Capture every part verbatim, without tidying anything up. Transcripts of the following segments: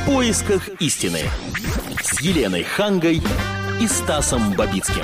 В поисках истины с Еленой Хангой и Стасом Бабицким.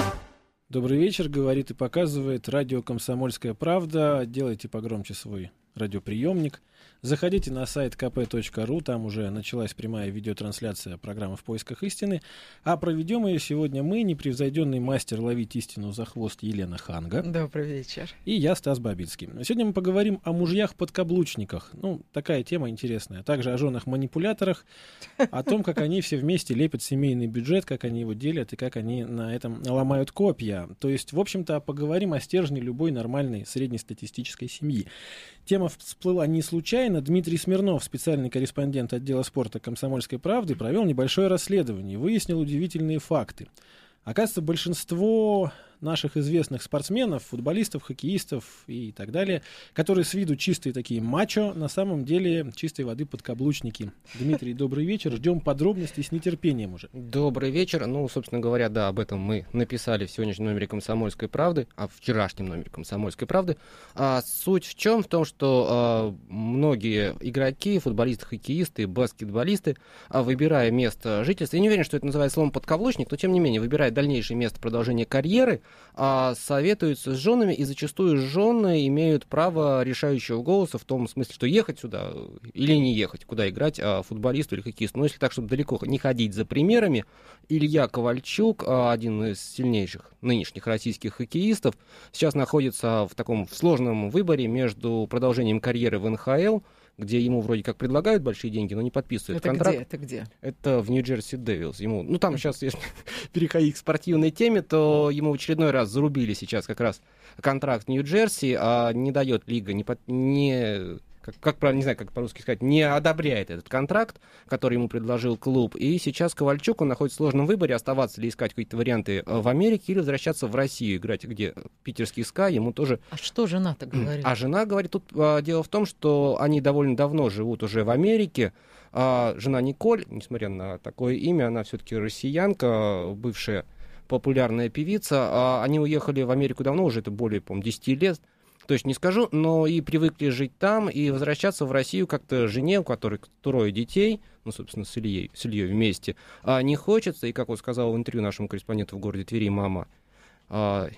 Добрый вечер, говорит и показывает радио «Комсомольская правда». Делайте погромче свой радиоприемник. Заходите на сайт ка пэ точка ру, там уже началась прямая видеотрансляция программы «В поисках истины». А проведем ее сегодня мы, непревзойденный мастер ловить истину за хвост Елена Ханга. Добрый вечер. И я, Стас Бабицкий. Сегодня мы поговорим о мужьях-подкаблучниках. Ну, такая тема интересная. Также о женах-манипуляторах, о том, как они все вместе лепят семейный бюджет, как они его делят и как они на этом ломают копья. То есть, в общем-то, поговорим о стержне любой нормальной среднестатистической семьи. Тема всплыла не случайно. Дмитрий Смирнов, специальный корреспондент отдела спорта «Комсомольской правды», провел небольшое расследование и выяснил удивительные факты. Оказывается, большинство наших известных спортсменов, футболистов, хоккеистов и так далее, которые с виду чистые такие мачо, на самом деле чистой воды подкаблучники. Дмитрий, добрый вечер. Ждем подробностей с нетерпением уже. Добрый вечер. Ну, собственно говоря, да, об этом мы написали в сегодняшнем номере «Комсомольской правды», а в вчерашнем номере «Комсомольской правды». А суть в чем? В том, что а, многие игроки, футболисты, хоккеисты, баскетболисты, а, выбирая место жительства, я не уверен, что это называется словом подкаблучник, но тем не менее, выбирая дальнейшее место продолжения карьеры, а советуются с женами, и зачастую жены имеют право решающего голоса в том смысле, что ехать сюда или не ехать, куда играть а, футболисту или хоккеисту. Но если так, чтобы далеко не ходить за примерами, Илья Ковальчук, один из сильнейших нынешних российских хоккеистов, сейчас находится в таком сложном выборе между продолжением карьеры в эн ха эл, где ему вроде как предлагают большие деньги, но не подписывают это контракт. Где? Это где? Это в Нью-Джерси Девилс. Ему, ну там сейчас, если переходить к спортивной теме, то ему в очередной раз зарубили сейчас как раз контракт в Нью-Джерси, а не дает лига, не, под, не как, как правильно, не знаю, как по-русски сказать, не одобряет этот контракт, который ему предложил клуб. И сейчас Ковальчук, он находится в сложном выборе, оставаться или искать какие-то варианты в Америке, или возвращаться в Россию, играть, где питерский СКА, ему тоже... А что жена-то говорит? А жена говорит, тут а, дело в том, что они довольно давно живут уже в Америке. А, жена Николь, несмотря на такое имя, она все-таки россиянка, бывшая популярная певица. А, они уехали в Америку давно, уже это более, по-моему, десять лет. Точно не скажу, но и привыкли жить там, и возвращаться в Россию как-то жене, у которой трое детей, ну, собственно, с Ильей, с Ильей вместе, а не хочется. И, как вот сказала в интервью нашему корреспонденту в городе Твери мама а,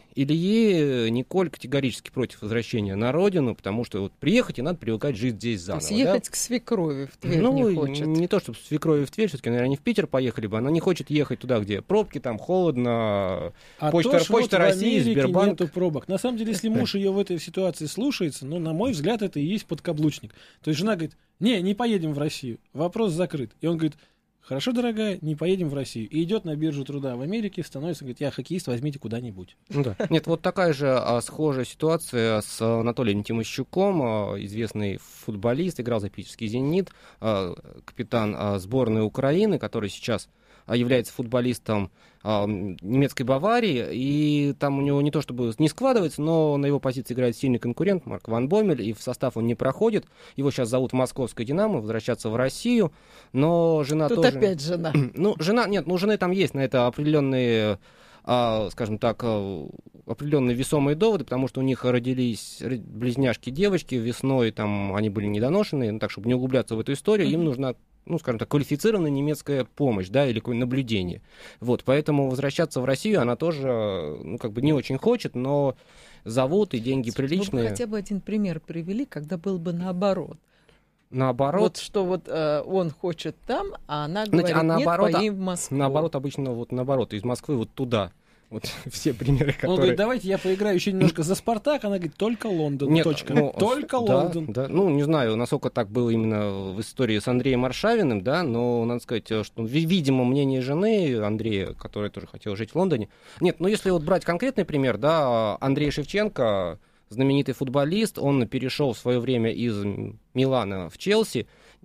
Ильи, Николь категорически против возвращения на родину, потому что вот приехать и надо привыкать жить здесь заново. То есть ехать да? к свекрови в Тверь ну, не хочет. Не то, чтобы свекрови в Тверь, все-таки, наверное, они в Питер поехали бы. Она не хочет ехать туда, где пробки, там холодно, а почта, то, почта вот России, Сбербанк. Нету пробок. На самом деле, если муж ее в этой ситуации слушается, ну, на мой взгляд, это и есть подкаблучник. То есть жена говорит, не, не поедем в Россию, вопрос закрыт. И он говорит, хорошо, дорогая, не поедем в Россию. И идет на биржу труда в Америке, становится, говорит, я хоккеист, возьмите куда-нибудь. Ну, да. Нет, вот такая же а, схожая ситуация с Анатолием Тимощуком, а, известный футболист, играл за питерский «Зенит», а, капитан а, сборной Украины, который сейчас а, является футболистом а, немецкой Баварии, и там у него не то чтобы не складывается, но на его позиции играет сильный конкурент Марк Ван Боммель, и в состав он не проходит. Его сейчас зовут в московское «Динамо», возвращаться в Россию, но жена Тут тоже... Тут опять жена. Ну, жена, нет, ну, у жены там есть на это определенные, а, скажем так, определенные весомые доводы, потому что у них родились близняшки-девочки весной, там они были недоношенные, ну, так, чтобы не углубляться в эту историю, им нужна, ну, скажем так, квалифицированная немецкая помощь, да, или какое-то наблюдение. Вот, поэтому возвращаться в Россию она тоже, ну, как бы не очень хочет, но зовут, и деньги приличные. Вы бы хотя бы один пример привели, когда был бы наоборот. Наоборот. Вот что вот э, он хочет там, а она говорит, Знаете, а наоборот, нет, поедем в Москву. Наоборот, обычно вот наоборот, из Москвы вот туда. Вот все примеры, которые... Он говорит, давайте я поиграю еще немножко за «Спартак», она говорит, только Лондон, Нет, точка. Ну, только да, Лондон. Да, ну, не знаю, насколько так было именно в истории с Андреем Аршавиным, да, но надо сказать, что, видимо, мнение жены Андрея, которая тоже хотела жить в Лондоне... Нет, ну, если вот брать конкретный пример, да, Андрей Шевченко, знаменитый футболист, он перешел в свое время из Милана в Челси,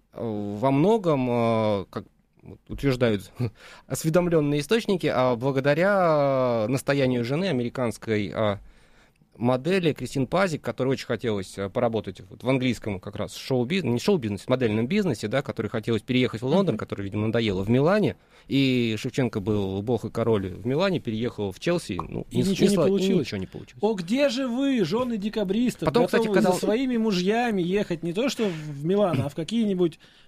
во многом, как утверждают осведомленные источники, а благодаря настоянию жены, американской модели Кристин Пазик, которой очень хотелось поработать вот в английском как раз шоу-бизнесе, не шоу-бизнесе, модельном бизнесе, да, которой хотелось переехать в Лондон, mm-hmm. который, видимо, надоело в Милане, и Шевченко был бог и король в Милане, переехал в Челси, ну, и, не, ничего, не не получилось. ничего не получилось. О, где же вы, жены декабристов, Потом, готовы кстати, когда... за своими мужьями ехать не то что в Милан, а в какие-нибудь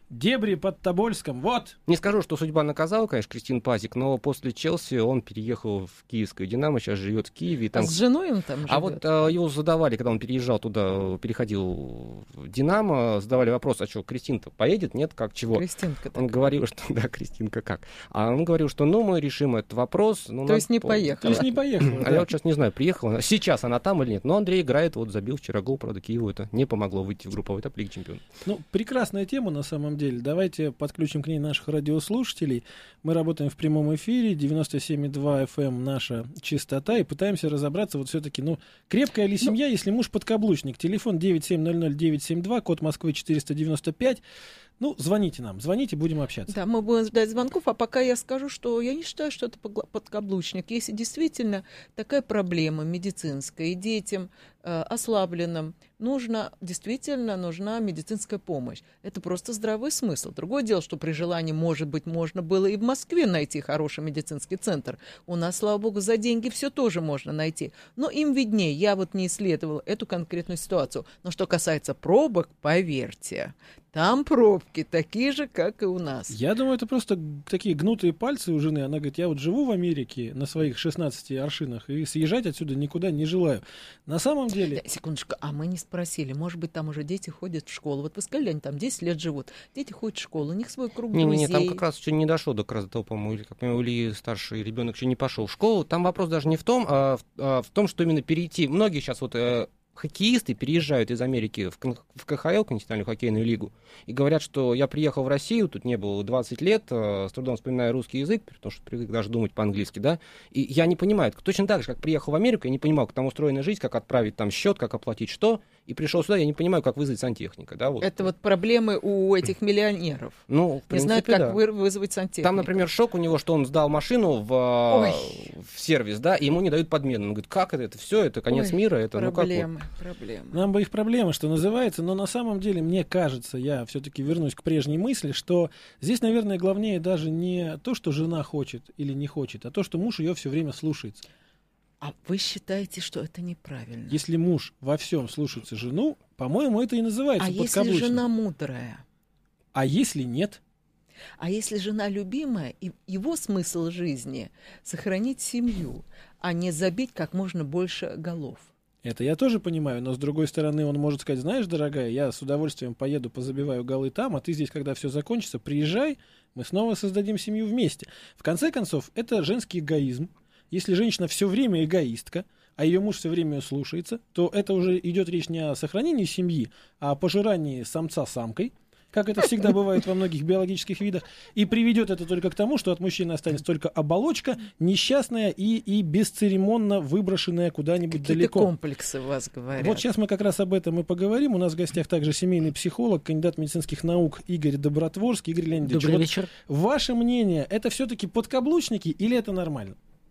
Дебри под Тобольском, вот. Не скажу, что судьба наказала, конечно, Кристин Пазик, но после Челси он переехал в киевское «Динамо», сейчас живет в Киеве. И там... А с женой он там живет? А вот а, его задавали, когда он переезжал туда, переходил в «Динамо», задавали вопрос, а что, Кристин-то поедет, нет, как, чего? Кристинка. Он говорил, что, да, Кристинка как. А он говорил, что, ну, мы решим этот вопрос. Ну, То есть не по... поехала. То есть не поехала. А да. я вот сейчас не знаю, приехала, сейчас она там или нет. Но Андрей играет, вот забил вчера гол, правда, Киеву это не помогло выйти в групповой этап Лиги Чемпионов. Ну, прекрасная тема на самом деле. Давайте подключим к ней наших радиослушателей. Мы работаем в прямом эфире, девяносто семь и два эф эм наша частота, и пытаемся разобраться, вот все-таки, ну, крепкая ли семья, если муж подкаблучник. Телефон девять семь ноль ноль девять семь два, код Москвы четыреста девяносто пять. Ну, звоните нам, звоните, будем общаться. Да, мы будем ждать звонков, а пока я скажу, что я не считаю, что это подкаблучник. Если действительно такая проблема медицинская, и детям э, ослабленным нужно, действительно нужна медицинская помощь. Это просто здравый смысл. Другое дело, что при желании, может быть, можно было и в Москве найти хороший медицинский центр. У нас, слава богу, за деньги все тоже можно найти. Но им виднее. Я вот не исследовала эту конкретную ситуацию. Но что касается пробок, поверьте, там пробки такие же, как и у нас. Я думаю, это просто такие гнутые пальцы у жены. Она говорит, я вот живу в Америке на своих шестнадцати аршинах и съезжать отсюда никуда не желаю. На самом деле... Да, секундочку, а мы не спросили. Может быть, там уже дети ходят в школу. Вот вы сказали, они там десять лет живут. Дети ходят в школу, у них свой круг не, друзей. Не, не, там как раз еще не дошло до как раз до того, по-моему, или, как понимаю, или старший ребенок еще не пошел в школу. Там вопрос даже не в том, а в, а в том, что именно перейти. Многие сейчас вот... Э, хоккеисты переезжают из Америки в, в ка ха эл, континентальную хоккейную лигу, и говорят, что я приехал в Россию, тут не было двадцать лет, э, с трудом вспоминаю русский язык, потому что привык даже думать по-английски, да, и я не понимаю, точно так же, как приехал в Америку, я не понимал, как там устроена жизнь, как отправить там счет, как оплатить что, и пришел сюда, я не понимаю, как вызвать сантехника, да, вот. Это вот проблемы у этих миллионеров. Ну, в принципе, не знают, как да. вы, вызвать сантехника. Там, например, шок у него, что он сдал машину в, в сервис, да, и ему не дают подмену. Он говорит, как это, это все, это конец Ой, мира, это проблемы, ну как вот. проблемы. Нам бы их проблемы, что называется, но на самом деле, мне кажется, я все-таки вернусь к прежней мысли, что здесь, наверное, главнее даже не то, что жена хочет или не хочет, а то, что муж ее все время слушается. А вы считаете, что это неправильно? Если муж во всем слушается жену, по-моему, это и называется а подкаблучник. если жена мудрая? А если нет? А если жена любимая, и его смысл жизни — сохранить семью, а не забить как можно больше голов? Это я тоже понимаю, но с другой стороны он может сказать, знаешь, дорогая, я с удовольствием поеду, позабиваю голы там, а ты здесь, когда все закончится, приезжай, мы снова создадим семью вместе. В конце концов, это женский эгоизм. Если женщина все время эгоистка, а ее муж все время ее слушается, то это уже идет речь не о сохранении семьи, а о пожирании самца самкой, как это всегда бывает во многих биологических видах, и приведет это только к тому, что от мужчины останется только оболочка, несчастная и, и бесцеремонно выброшенная куда-нибудь Какие-то далеко. комплексы у вас говорят. Вот сейчас мы как раз об этом и поговорим. У нас в гостях также семейный психолог, кандидат медицинских наук Игорь Добротворский. Игорь Леонидович, Добрый вот вечер. ваше мнение, это все-таки подкаблучники или это нормально?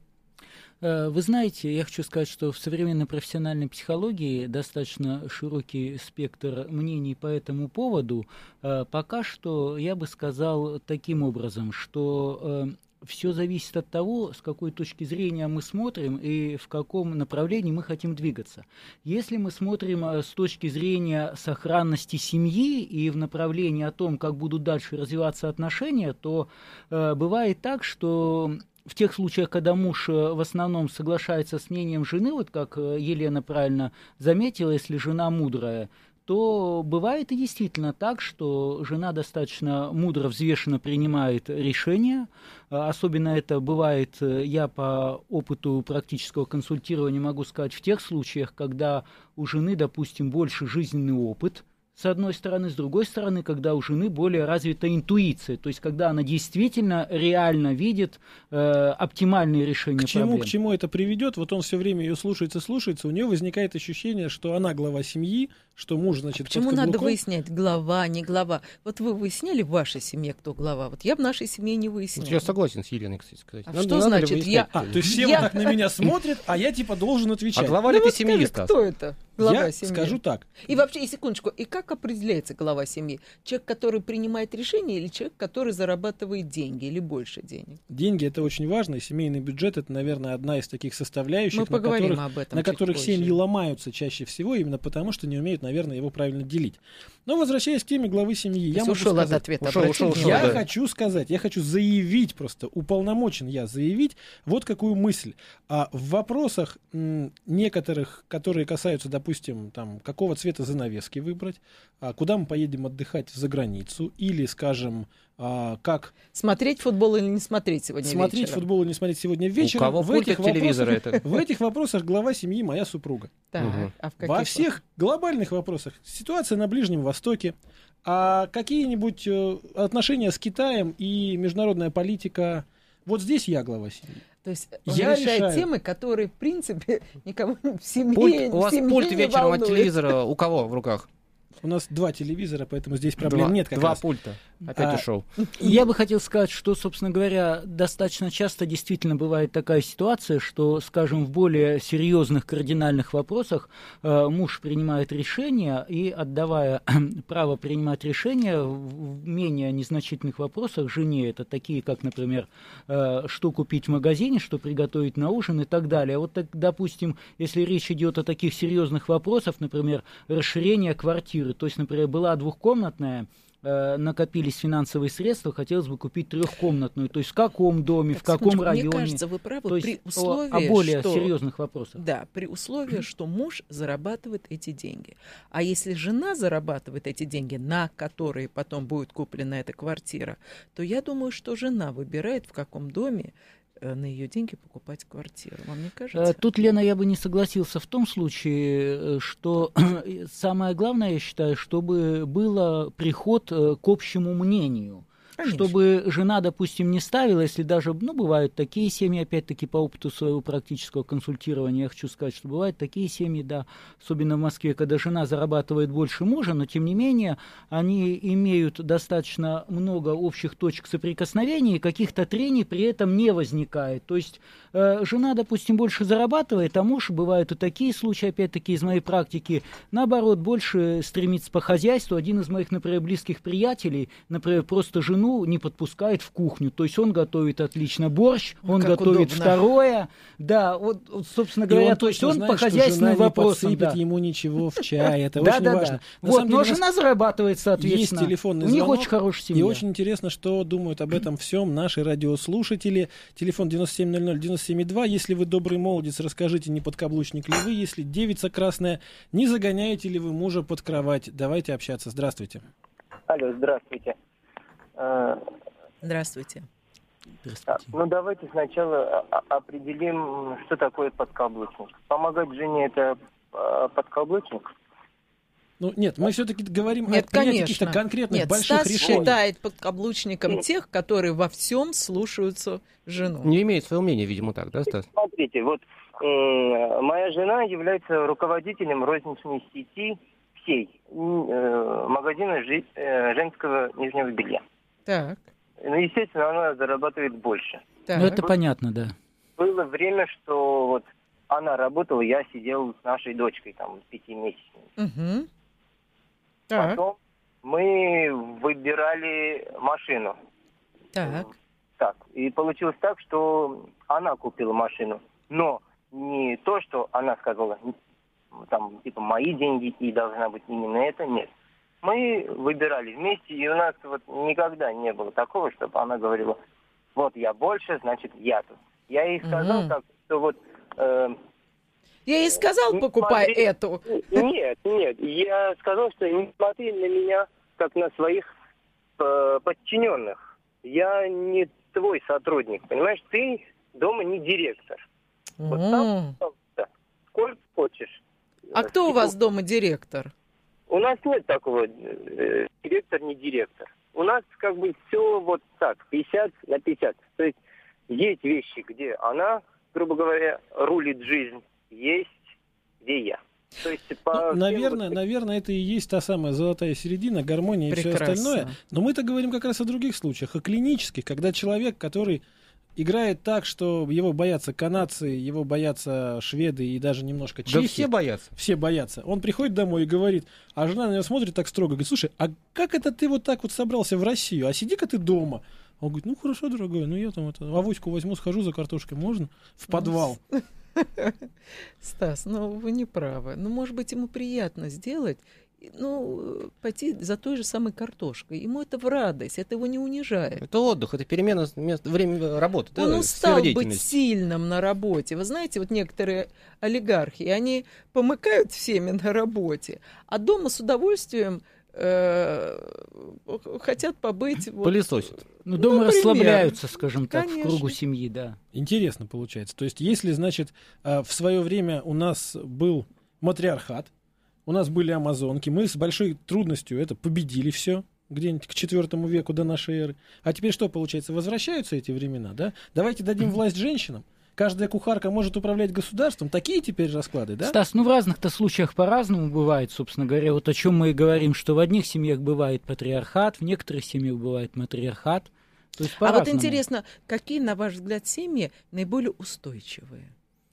Вы знаете, я хочу сказать, что в современной профессиональной психологии достаточно широкий спектр мнений по этому поводу. Пока что я бы сказал таким образом, что все зависит от того, с какой точки зрения мы смотрим и в каком направлении мы хотим двигаться. Если мы смотрим с точки зрения сохранности семьи и в направлении о том, как будут дальше развиваться отношения, то бывает так, что... В тех случаях, когда муж в основном соглашается с мнением жены, вот как Елена правильно заметила, если жена мудрая, то бывает и действительно так, что жена достаточно мудро, взвешенно принимает решения. Особенно это бывает, я по опыту практического консультирования могу сказать, в тех случаях, когда у жены, допустим, больше жизненный опыт, с одной стороны, с другой стороны, когда у жены более развита интуиция, то есть когда она действительно реально видит э, оптимальные решения к чему, проблем. К чему это приведет? Вот он все время ее слушается, слушается, у нее возникает ощущение, что она глава семьи, что муж, значит, а почему под надо каблуком. выяснять, глава, не глава? Вот вы выясняли в вашей семье, кто глава? Вот я в нашей семье не выясняла. Я согласен с Еленой, кстати сказать. А Надо- что надо ли значит выяснять я- это? А, то есть все Я- вот так на меня смотрят, а я типа должен отвечать. А глава Ну ли ты вот семьи, скажи, Стас? кто это? Глава Я семьи. скажу так. И вообще, и секундочку, и как определяется глава семьи? Человек, который принимает решения, или человек, который зарабатывает деньги, или больше денег? Деньги — это очень важно, и семейный бюджет — это, наверное, одна из таких составляющих, Мы на поговорим которых, об этом на чуть которых позже. семьи ломаются чаще всего, именно потому, что не умеют, наверное, его правильно делить. Но возвращаясь к теме главы семьи, я могу ушел сказать, от ответа. Ушел, обратите ушел, ушел, внимание. я да. хочу сказать, я хочу заявить просто, уполномочен я заявить вот какую мысль. А в вопросах м, некоторых, которые касаются, допустим, там, какого цвета занавески выбрать, а, куда мы поедем отдыхать за границу, или, скажем, а, как Смотреть футбол или не смотреть сегодня смотреть вечером? футбол или не смотреть сегодня вечером, У кого в пульт этих от телевизора вопросах, это? в этих вопросах глава семьи моя супруга. Так, Мгм. а в каких Во всех глобальных вопросах ситуация на Ближнем Востоке, а какие-нибудь э, отношения с Китаем и международная политика, вот здесь я глава семьи. То есть он Я решает решаю. темы, которые, в принципе, никому в семье, Пульт, у в вас семье пульт не вечером от волнует. телевизора у кого в руках? У нас два телевизора, поэтому здесь проблем Два, нет как два раз. пульта. Опять А, ушел. Я бы хотел сказать, что, собственно говоря, достаточно часто действительно бывает такая ситуация, что, скажем, в более серьезных кардинальных вопросах э, муж принимает решение, и, отдавая право принимать решения в в менее незначительных вопросах жене, это такие, как, например, э, что купить в магазине, что приготовить на ужин и так далее. Вот, так, допустим, если речь идет о таких серьезных вопросах, например, расширение квартиры, то есть, например, была двухкомнатная, накопились финансовые средства, хотелось бы купить трехкомнатную. То есть в каком доме, в каком Секундочку, районе. Мне кажется, вы правы, То есть при о- условии, о более что... серьезных вопросах. Да, при условии, что муж зарабатывает эти деньги. А если жена зарабатывает эти деньги, на которые потом будет куплена эта квартира, то я думаю, что жена выбирает, в каком доме э, на ее деньги покупать квартиру. Вам не Э, кажется? Тут, Лена, я бы не согласился в том случае, э, что самое главное, я считаю, чтобы был приход э, к общему мнению. Конечно. Чтобы жена, допустим, не ставила, если даже, ну, бывают такие семьи, опять-таки, по опыту своего практического консультирования, я хочу сказать, что бывают такие семьи, да, особенно в Москве, когда жена зарабатывает больше мужа, но, тем не менее, они имеют достаточно много общих точек соприкосновения, и каких-то трений при этом не возникает. То есть э, жена, допустим, больше зарабатывает, а муж, бывают и такие случаи, опять-таки, из моей практики, наоборот, больше стремится по хозяйству. Один из моих, например, близких приятелей, например, просто жену не подпускает в кухню. То есть он готовит отлично борщ, он Как готовит удобно. второе. Да, вот, вот, собственно И говоря, он то есть точно он знает, по что хозяйственным жена не вопросам. подсыпет Да. ему ничего в чай. Это Да, очень да, важно. да. На Вот, самом но деле, у нас жена зарабатывает, соответственно. есть телефонный У них звонок, очень хорошая семья. И очень интересно, что думают об этом всем наши радиослушатели. Телефон девяносто семь ноль ноль девяносто семь два. Если вы добрый молодец, расскажите, не подкаблучник ли вы. Если девица красная, не загоняете ли вы мужа под кровать. Давайте общаться. Здравствуйте. Алло, здравствуйте. Э, Здравствуйте. а, Ну, давайте сначала о- определим, что такое подкаблучник. Помогать жене – это э, подкаблучник? Ну, нет, мы все-таки говорим Нет, о принятии конечно. каких-то конкретных Нет, больших Стас решений. считает подкаблучником тех, которые во всем слушаются жену. Не имеет своего мнения, видимо, так, да, Стас? Смотрите, вот э, моя жена является руководителем розничной сети всей э, магазина жи- э, женского нижнего белья. Так, Ну, естественно, она зарабатывает больше. так. Ну, это понятно, да. Было время, что вот она работала, я сидел с нашей дочкой, там, пятимесячной. Мгм. Так, Потом мы выбирали машину. так. Так, и получилось так, что она купила машину. Но не то, что она сказала, там, типа, мои деньги, и должна быть именно это, нет. Мы выбирали вместе, и у нас вот никогда не было такого, чтобы она говорила, вот я больше, значит, я тут. Я ей сказал, Мгм. так, что вот... э, Я ей сказал, Не покупай смотри. эту. Нет, нет, я сказал, что не смотри на меня, как на своих э, подчиненных. Я не твой сотрудник, понимаешь? Ты дома не директор. Вот М. там, пожалуйста, сколько хочешь. А кто у вас дома директор? У нас нет такого э, директор, не директор. У нас как бы все вот так, пятьдесят на пятьдесят. То есть есть вещи, где она, грубо говоря, рулит жизнь, есть где я. То есть по Ну, всем наверное, вот- наверное, это и есть та самая золотая середина, гармония и все Прекрасно. остальное. Но мы-то говорим как раз о других случаях, о клинических, когда человек, который играет так, что его боятся канадцы, его боятся шведы и даже немножко чехи. Да все боятся. Все боятся. Он приходит домой и говорит, а жена на него смотрит так строго, говорит, слушай, а как это ты вот так вот собрался в Россию, а сиди-ка ты дома. Он говорит, ну хорошо, дорогой, ну я там это, авоську возьму, схожу за картошкой, можно? В подвал. Стас, ну вы не правы. Ну, может быть, ему приятно сделать ну, пойти за той же самой картошкой. Ему это в радость, это его не унижает. Это отдых, это перемена места, время работы. Он да, устал быть сильным на работе. Вы знаете, вот некоторые олигархи, они помыкают всеми на работе, а дома с удовольствием э, хотят побыть... Пылесосят. Вот, ну, дома например, расслабляются, скажем так, конечно. в кругу семьи, да. Интересно получается. То есть, если, значит, в свое время у нас был матриархат, у нас были амазонки, мы с большой трудностью это победили все, где-нибудь к четвертому веку до нашей эры. А теперь что получается? Возвращаются эти времена, да? Давайте дадим власть женщинам. Каждая кухарка может управлять государством. Такие теперь расклады, да? Стас, ну в разных-то случаях по-разному бывает, собственно говоря. Вот о чем мы и говорим, что в одних семьях бывает патриархат, в некоторых семьях бывает матриархат. То есть а по-разному. вот интересно, какие, на ваш взгляд, семьи наиболее устойчивые?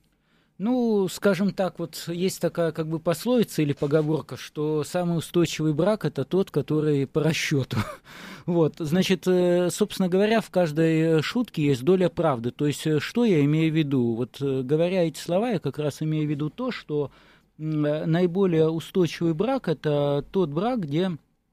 Ну, скажем так, вот есть такая как бы пословица или поговорка, что самый устойчивый брак – это тот, который по расчету. Вот, значит, собственно говоря, в каждой шутке есть доля правды. То есть, что я имею в виду? Вот, говоря эти слова, я как раз имею в виду то, что наиболее устойчивый брак – это тот брак, где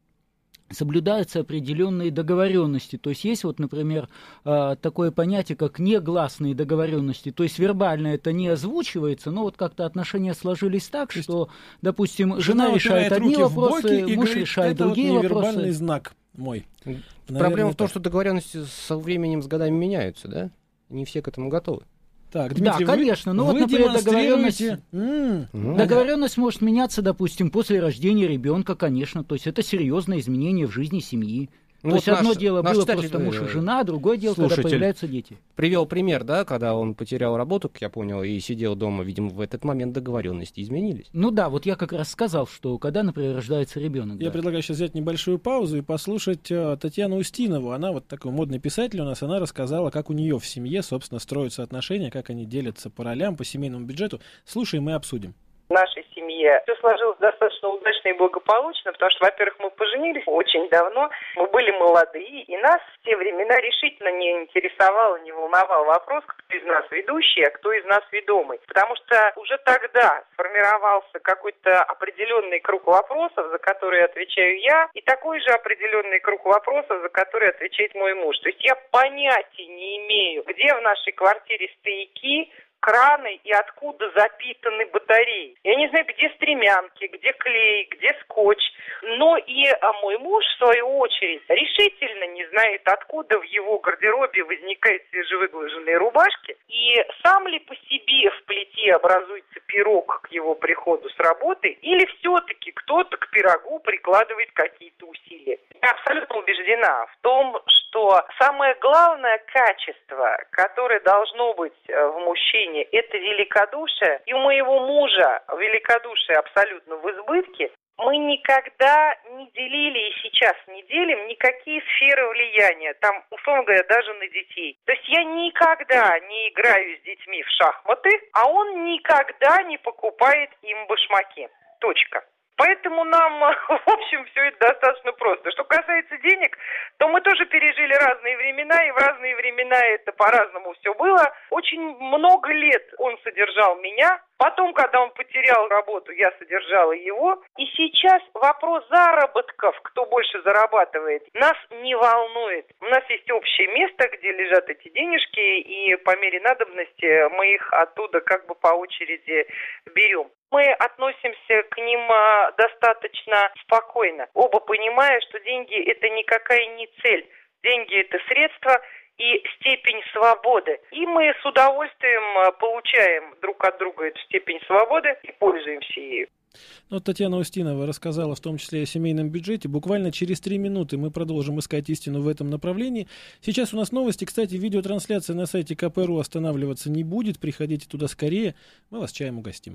соблюдаются определенные договоренности. То есть есть вот, например, такое понятие, как негласные договоренности. То есть вербально это не озвучивается, но вот как-то отношения сложились так, что, допустим, жена, жена решает одни вопросы, муж говорит, решает это другие вот вопросы. невербальный знак мой. Наверное, Проблема в том, так. что договоренности со временем, с годами меняются, да? Не все к этому готовы. Так, Дмитрий, да, конечно. Ну, вы вот, например, договоренность, м-м. договоренность может меняться, допустим, после рождения ребенка, конечно. То есть это серьезное изменение в жизни семьи. Ну, То вот есть одно наш, дело наш было читатель, просто муж и жена, а другое дело, слушатель, когда появляются дети. Привел пример, да, когда он потерял работу, как я понял, и сидел дома, видимо, в этот момент договоренности изменились. Ну да, вот я как раз сказал, что когда, например, рождается ребенок. Я да. предлагаю сейчас взять небольшую паузу и послушать uh, Татьяну Устинову. Она вот такой модный писатель у нас, она рассказала, как у нее в семье, собственно, строятся отношения, как они делятся по ролям, по семейному бюджету. Слушаем и обсудим. В нашей семье все сложилось достаточно удачно и благополучно, потому что, во-первых, мы поженились очень давно, мы были молодые, и нас в те времена решительно не интересовал, не волновал вопрос, кто из нас ведущий, а кто из нас ведомый. Потому что уже тогда сформировался какой-то определенный круг вопросов, за которые отвечаю я, и такой же определенный круг вопросов, за которые отвечает мой муж. То есть я понятия не имею, где в нашей квартире стояки, краны и откуда запитаны батареи. Я не знаю, где стремянки, где клей, где скотч. Но и а мой муж, в свою очередь, решительно не знает, откуда в его гардеробе возникают свежевыглаженные рубашки. И сам ли по себе в плите образуется пирог к его приходу с работы, или все-таки кто-то к пирогу прикладывает какие-то усилия. Я абсолютно убеждена в том, что самое главное качество, которое должно быть в мужчине, это великодушие. И у моего мужа великодушие абсолютно в избытке. Мы никогда не делили и сейчас не делим никакие сферы влияния, там, условно говоря, даже на детей. То есть я никогда не играю с детьми в шахматы, а он никогда не покупает им башмаки. Точка. Поэтому нам, в общем, все это достаточно просто. Что касается денег, то мы тоже пережили разные времена, и в разные времена это по-разному все было. Очень много лет он содержал меня. Потом, когда он потерял работу, я содержала его. И сейчас вопрос заработков, кто больше зарабатывает, нас не волнует. У нас есть общее место, где лежат эти денежки, и по мере надобности мы их оттуда как бы по очереди берем. Мы относимся к ним достаточно спокойно, оба понимая, что деньги – это никакая не цель. Деньги – это средства и степень свободы. И мы с удовольствием получаем друг от друга эту степень свободы и пользуемся ею. Ну, Татьяна Устинова рассказала в том числе о семейном бюджете. Буквально через три минуты мы продолжим искать истину в этом направлении. Сейчас у нас новости. Кстати, видеотрансляция на сайте ка пэ точка ру останавливаться не будет. Приходите туда скорее. Мы вас чаем угостим.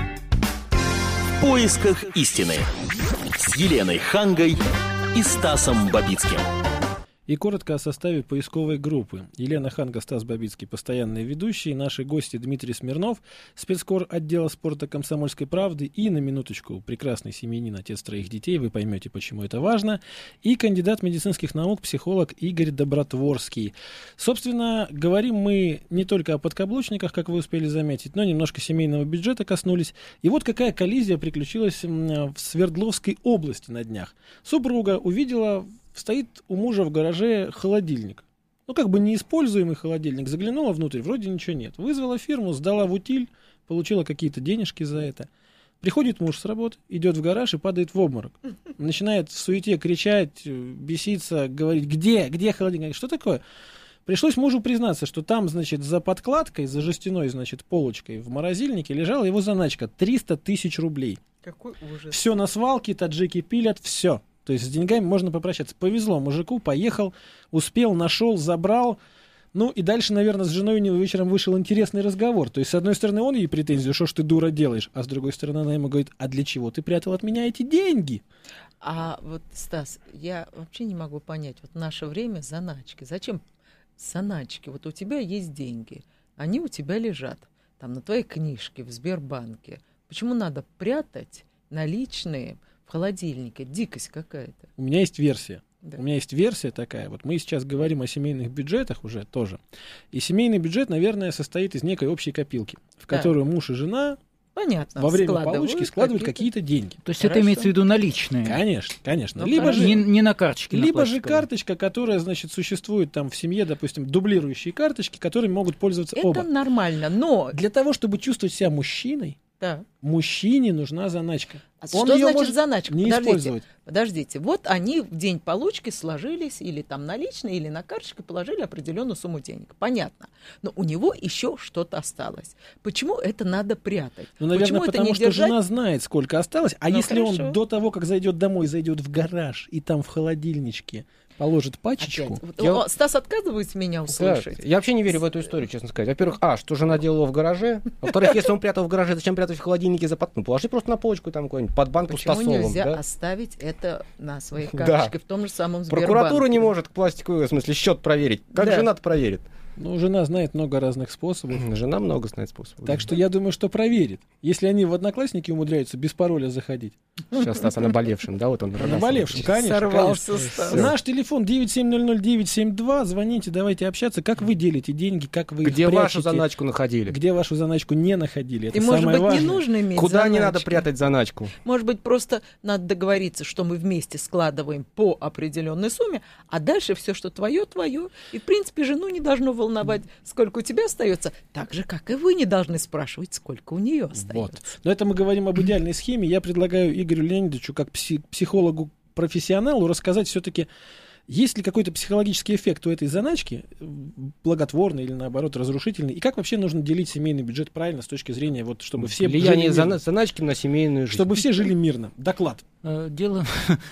В поисках истины с Еленой Хангой и Стасом Бабицким. И коротко о составе поисковой группы. Елена Ханга, Стас Бабицкий, постоянные ведущие. Наши гости Дмитрий Смирнов, спецкор отдела спорта «Комсомольской правды». И, на минуточку, прекрасный семьянин, отец троих детей. Вы поймете, почему это важно. И кандидат медицинских наук, психолог Игорь Добротворский. Собственно, говорим мы не только о подкаблучниках, как вы успели заметить, но немножко семейного бюджета коснулись. И вот какая коллизия приключилась в Свердловской области на днях. Супруга увидела, стоит у мужа в гараже холодильник. Ну, как бы неиспользуемый холодильник. Заглянула внутрь, вроде ничего нет. Вызвала фирму, сдала в утиль, получила какие-то денежки за это. Приходит муж с работы, идет в гараж и падает в обморок. Начинает в суете кричать, беситься, говорить, где, где холодильник? Что такое? Пришлось мужу признаться, что там, значит, за подкладкой, за жестяной, значит, полочкой в морозильнике лежала его заначка триста тысяч рублей. Какой ужас. Все на свалке, таджики пилят, все. То есть с деньгами можно попрощаться. Повезло мужику, поехал, успел, нашел, забрал. Ну и дальше, наверное, с женой у него вечером вышел интересный разговор. То есть, с одной стороны, он ей претензию, что ж ты, дура, делаешь, а с другой стороны, она ему говорит, а для чего ты прятал от меня эти деньги? А вот, Стас, я вообще не могу понять, вот в наше время заначки. Зачем заначки? Вот у тебя есть деньги, они у тебя лежат, там, на твоей книжке в Сбербанке. Почему надо прятать наличные в холодильнике? Дикость какая-то. У меня есть версия. Да. У меня есть версия такая. Вот мы сейчас говорим о семейных бюджетах уже тоже. И семейный бюджет, наверное, состоит из некой общей копилки, в Да. которую муж и жена Понятно. во время складывают получки складывают какие-то... какие-то деньги. То есть Хорошо. это имеется в виду наличные? Конечно, конечно. Ну, либо хорошо. же, Не, не на карточке. на либо же пластиковой. карточка, которая, значит, существует там в семье, допустим, дублирующие карточки, которыми могут пользоваться Это оба. нормально, но... Для того, чтобы чувствовать себя мужчиной, Да. мужчине нужна заначка. А Он что её значит может заначка? не Подождите, использовать. подождите. Вот они в день получки сложились или там наличные, или на карточке положили определенную сумму денег. Понятно. Но у него еще что-то осталось. Почему это надо прятать? Ну, наверное, Почему это потому не что держать? жена знает, сколько осталось. А Ну, если хорошо. он до того, как зайдет домой, зайдет в гараж и там в холодильничке положит пачечку. Опять. Вот, Я- о, Стас отказывается меня Да, услышать. я вообще не верю в эту историю, честно сказать. Во-первых, а, что жена делала в гараже. Во-вторых, если он прятал в гараже, зачем прятать в холодильнике за под... Ну, положи просто на полочку там какой-нибудь, под банку Почему с тосолом. нельзя Да? оставить это на своей Да. карточке в том же самом Сбербанке? Прокуратура не может к пластиковый, в смысле, счет проверить. Как Да. жена-то проверит? Ну, жена знает много разных способов. Жена много знает способов. Так что я думаю, что проверит. Если они в Одноклассники умудряются без пароля заходить. Сейчас Стас о наболевшем, да, вот он. Наболевшим, конечно. Сорвался конечно. Стас. Наш телефон девять семь ноль ноль девять семь два. Звоните, давайте общаться. Как вы делите деньги, как вы их Где вашу прячете, заначку находили? где вашу заначку не находили. Это И, может самое быть, важное. не нужно иметь Куда не надо заначки? прятать заначку? Может быть, просто надо договориться, что мы вместе складываем по определенной сумме, а дальше все, что твое, твое. И, в принципе, жену не должно волновать, сколько у тебя остается, так же, как и вы не должны спрашивать, сколько у нее остается. Вот. Но это мы говорим об идеальной схеме. Я предлагаю Игорю Леонидовичу, как пси- психологу-профессионалу, рассказать все-таки, есть ли какой-то психологический эффект у этой заначки, благотворный или, наоборот, разрушительный, и как вообще нужно делить семейный бюджет правильно с точки зрения, вот, чтобы все Влияние жили мирно, зана- заначки на семейную жизнь. чтобы все жили мирно. Доклад. Э, Дело,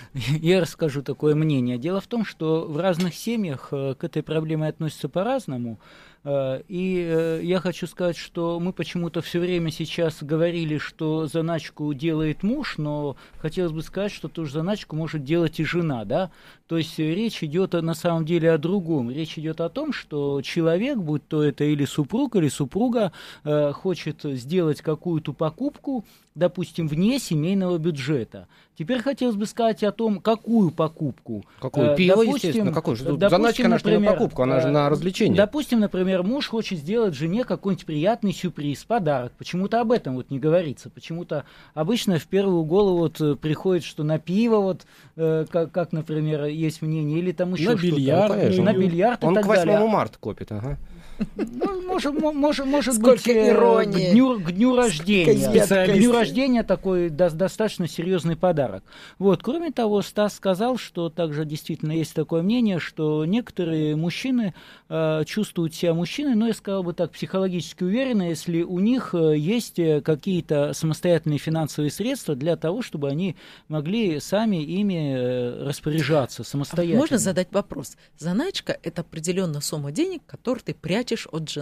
я расскажу такое мнение. Дело в том, что в разных семьях э, к этой проблеме относятся по-разному. Э, И э, я хочу сказать, что мы почему-то все время сейчас говорили, что заначку делает муж, но хотелось бы сказать, что ту же заначку может делать и жена, да? То есть э, речь идет о- на самом деле о другом. Речь идет о том, что человек, будь то это или супруг, или супруга, э, хочет сделать какую-то покупку, допустим, вне семейного бюджета. Теперь хотелось бы сказать о том, какую покупку. Какую? Э, Пиво, допустим, естественно. Какую же? допустим, Заначка, она же не на например, покупку, она же э, на развлечение. Допустим, например, муж хочет сделать жене какой-нибудь приятный сюрприз, подарок. Почему-то об этом вот не говорится. Почему-то обычно в первую голову вот э, приходит, что на пиво, вот, э, как, как, например, есть мнение, или там еще На что-то. бильярд, конечно. На бильярд и Он так к восьмому далее. марта копит, ага. Ну, может, мо- может, может Сколько быть, э, иронии. к дню, к дню рождения. изъяткости. К дню рождения такой до- достаточно серьезный подарок. Вот. Кроме того, Стас сказал, что также действительно есть такое мнение, что некоторые мужчины э, чувствуют себя мужчиной, но я сказал бы так, психологически уверенно, если у них э, есть э, какие-то самостоятельные финансовые средства для того, чтобы они могли сами ими э, распоряжаться А самостоятельно. можно задать вопрос? Заначка – это определенная сумма денег, которую ты прячешь от жены.